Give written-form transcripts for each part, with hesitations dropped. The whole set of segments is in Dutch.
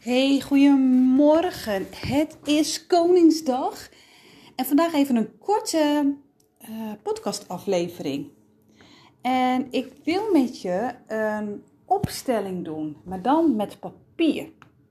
Hey, goedemorgen. Het is Koningsdag en vandaag even een korte podcastaflevering. En ik wil met je een opstelling doen, maar dan met papier.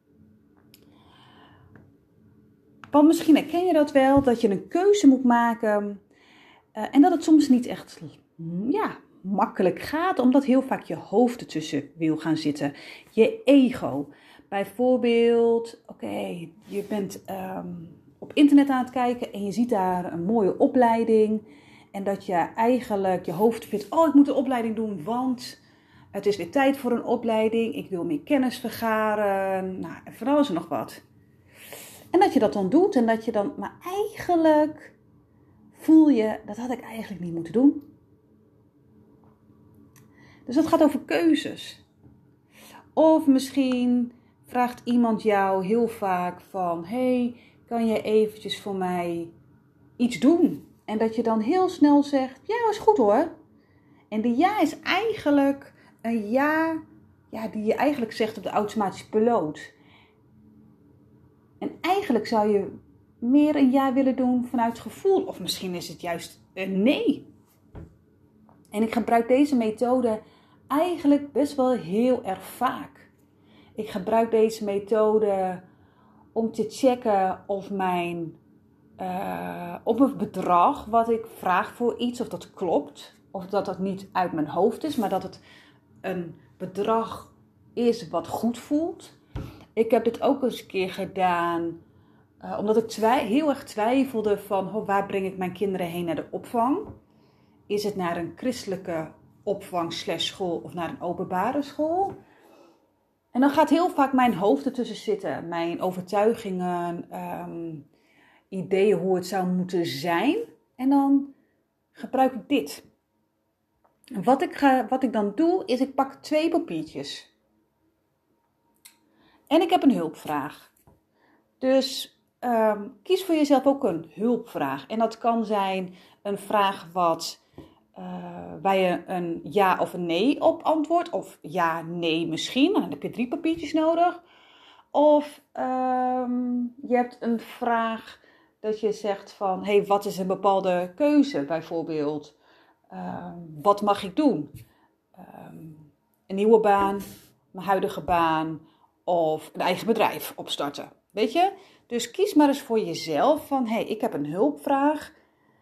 Want misschien herken je dat wel, dat je een keuze moet maken en dat het soms niet echt makkelijk gaat, omdat heel vaak je hoofd ertussen wil gaan zitten. Je ego. Bijvoorbeeld, je bent op internet aan het kijken en je ziet daar een mooie opleiding. En dat je eigenlijk je hoofd vindt, ik moet een opleiding doen, want het is weer tijd voor een opleiding. Ik wil meer kennis vergaren, en van alles en nog wat. En dat je dat dan doet en dat je dan, maar eigenlijk voel je, dat had ik eigenlijk niet moeten doen. Dus dat gaat over keuzes. Of misschien vraagt iemand jou heel vaak van, hey, kan je eventjes voor mij iets doen? En dat je dan heel snel zegt, ja, is goed hoor. En de ja is eigenlijk een ja die je eigenlijk zegt op de automatische piloot. En eigenlijk zou je meer een ja willen doen vanuit gevoel. Of misschien is het juist een nee. En ik gebruik deze methode eigenlijk best wel heel erg vaak. Ik gebruik deze methode om te checken of op het bedrag wat ik vraag voor iets, of dat klopt. Of dat dat niet uit mijn hoofd is, maar dat het een bedrag is wat goed voelt. Ik heb dit ook eens een keer gedaan, omdat ik heel erg twijfelde van waar breng ik mijn kinderen heen naar de opvang. Is het naar een christelijke opvang / school of naar een openbare school? En dan gaat heel vaak mijn hoofd ertussen zitten. Mijn overtuigingen, ideeën hoe het zou moeten zijn. En dan gebruik ik dit. En wat ik dan doe, is ik pak 2 papiertjes. En ik heb een hulpvraag. Dus kies voor jezelf ook een hulpvraag. En dat kan zijn een vraag waar je een ja of een nee op antwoordt. Of ja, nee misschien. Dan heb je 3 papiertjes nodig. Of je hebt een vraag dat je zegt van, hey, wat is een bepaalde keuze bijvoorbeeld? Wat mag ik doen? Een nieuwe baan, mijn huidige baan of een eigen bedrijf opstarten. Weet je? Dus kies maar eens voor jezelf van, hey, ik heb een hulpvraag.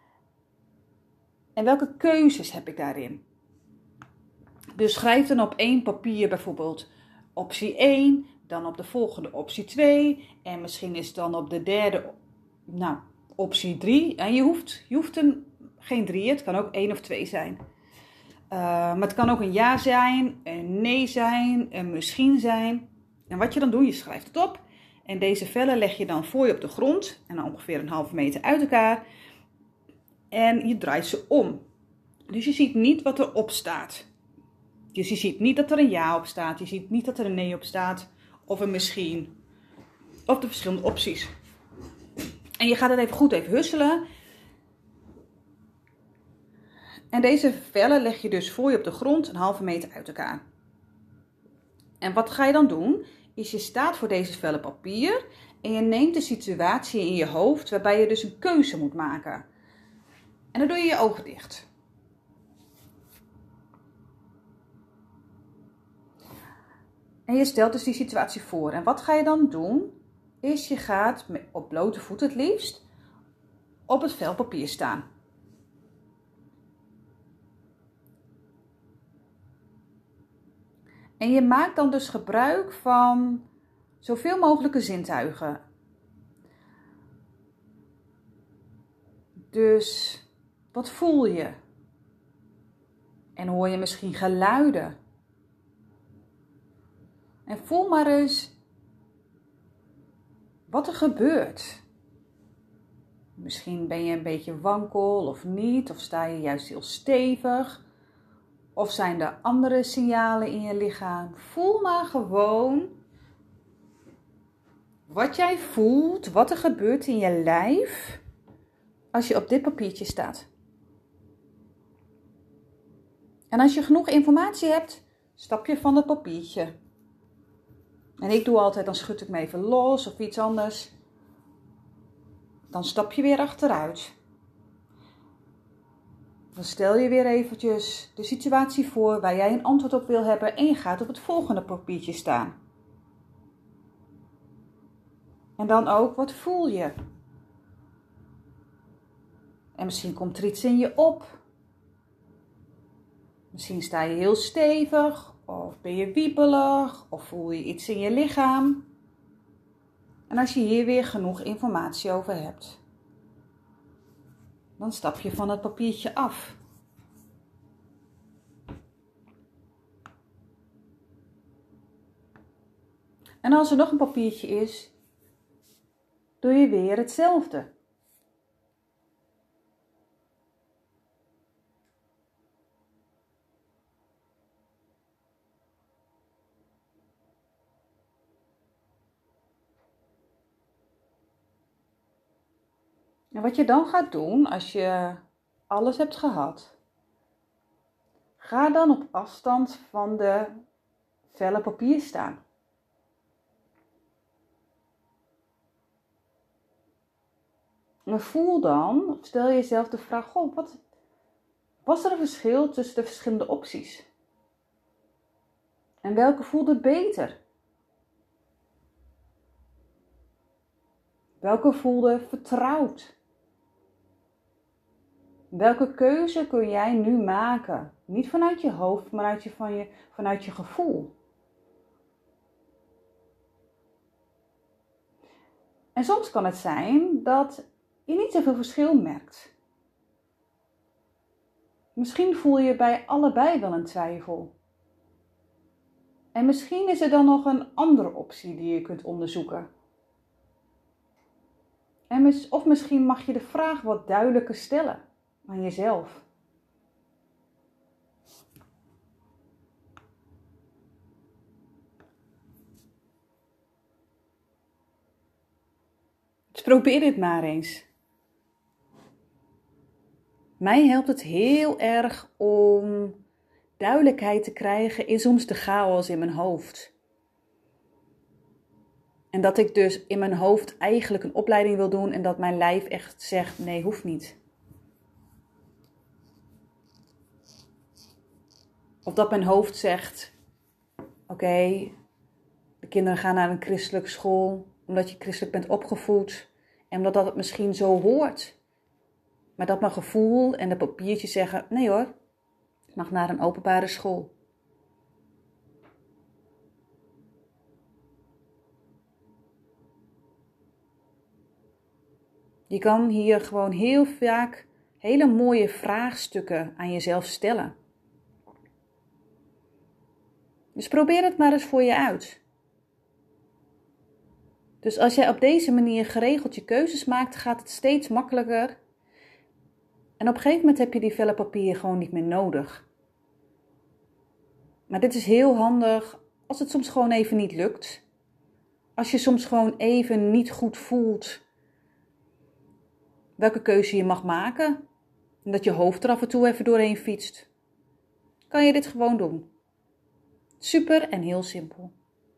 En welke keuzes heb ik daarin? Dus schrijf dan op 1 papier bijvoorbeeld optie 1, dan op de volgende optie 2 en misschien is het dan op de derde optie 3. En je hoeft geen 3, het kan ook 1 of 2 zijn. Maar het kan ook een ja zijn, een nee zijn, een misschien zijn. En wat je dan doet, je schrijft het op. En deze vellen leg je dan voor je op de grond en dan ongeveer een halve meter uit elkaar. En je draait ze om. Dus je ziet niet wat erop staat. Dus je ziet niet dat er een ja op staat. Je ziet niet dat er een nee op staat. Of een misschien. Of de verschillende opties. En je gaat het even goed husselen. En deze vellen leg je dus voor je op de grond een halve meter uit elkaar. En wat ga je dan doen? Is je staat voor deze vellen papier. En je neemt de situatie in je hoofd waarbij je dus een keuze moet maken. En dan doe je je ogen dicht. En je stelt dus die situatie voor. En wat ga je dan doen? Is je gaat op blote voeten het liefst op het vel papier staan. En je maakt dan dus gebruik van zoveel mogelijke zintuigen. Dus wat voel je? En hoor je misschien geluiden? En voel maar eens wat er gebeurt. Misschien ben je een beetje wankel of niet, of sta je juist heel stevig. Of zijn er andere signalen in je lichaam? Voel maar gewoon wat jij voelt, wat er gebeurt in je lijf als je op dit papiertje staat. En als je genoeg informatie hebt, stap je van het papiertje. En ik doe altijd, dan schud ik me even los of iets anders. Dan stap je weer achteruit. Dan stel je weer eventjes de situatie voor waar jij een antwoord op wil hebben en je gaat op het volgende papiertje staan. En dan ook, wat voel je? En misschien komt er iets in je op. Misschien sta je heel stevig, of ben je wiebelig, of voel je iets in je lichaam. En als je hier weer genoeg informatie over hebt, dan stap je van het papiertje af. En als er nog een papiertje is, doe je weer hetzelfde. En wat je dan gaat doen, als je alles hebt gehad, ga dan op afstand van de vellen papier staan. En voel dan, of stel jezelf de vraag, goh, wat was er een verschil tussen de verschillende opties? En welke voelde beter? Welke voelde vertrouwd? Welke keuze kun jij nu maken? Niet vanuit je hoofd, maar vanuit je gevoel. En soms kan het zijn dat je niet zoveel verschil merkt. Misschien voel je bij allebei wel een twijfel. En misschien is er dan nog een andere optie die je kunt onderzoeken. Of misschien mag je de vraag wat duidelijker stellen aan jezelf. Dus probeer dit maar eens. Mij helpt het heel erg om duidelijkheid te krijgen in soms de chaos in mijn hoofd. En dat ik dus in mijn hoofd eigenlijk een opleiding wil doen en dat mijn lijf echt zegt, nee, hoeft niet. Of dat mijn hoofd zegt, oké, de kinderen gaan naar een christelijke school, omdat je christelijk bent opgevoed. En omdat dat het misschien zo hoort. Maar dat mijn gevoel en de papiertjes zeggen, nee hoor, ik mag naar een openbare school. Je kan hier gewoon heel vaak hele mooie vraagstukken aan jezelf stellen. Dus probeer het maar eens voor je uit. Dus als jij op deze manier geregeld je keuzes maakt, gaat het steeds makkelijker. En op een gegeven moment heb je die vellen papier gewoon niet meer nodig. Maar dit is heel handig als het soms gewoon even niet lukt. Als je soms gewoon even niet goed voelt welke keuze je mag maken. En dat je hoofd er af en toe even doorheen fietst. Kan je dit gewoon doen. Super en heel simpel.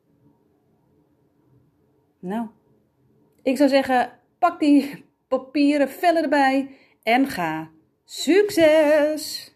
Nou, ik zou zeggen, pak die papieren vellen erbij en ga. Succes!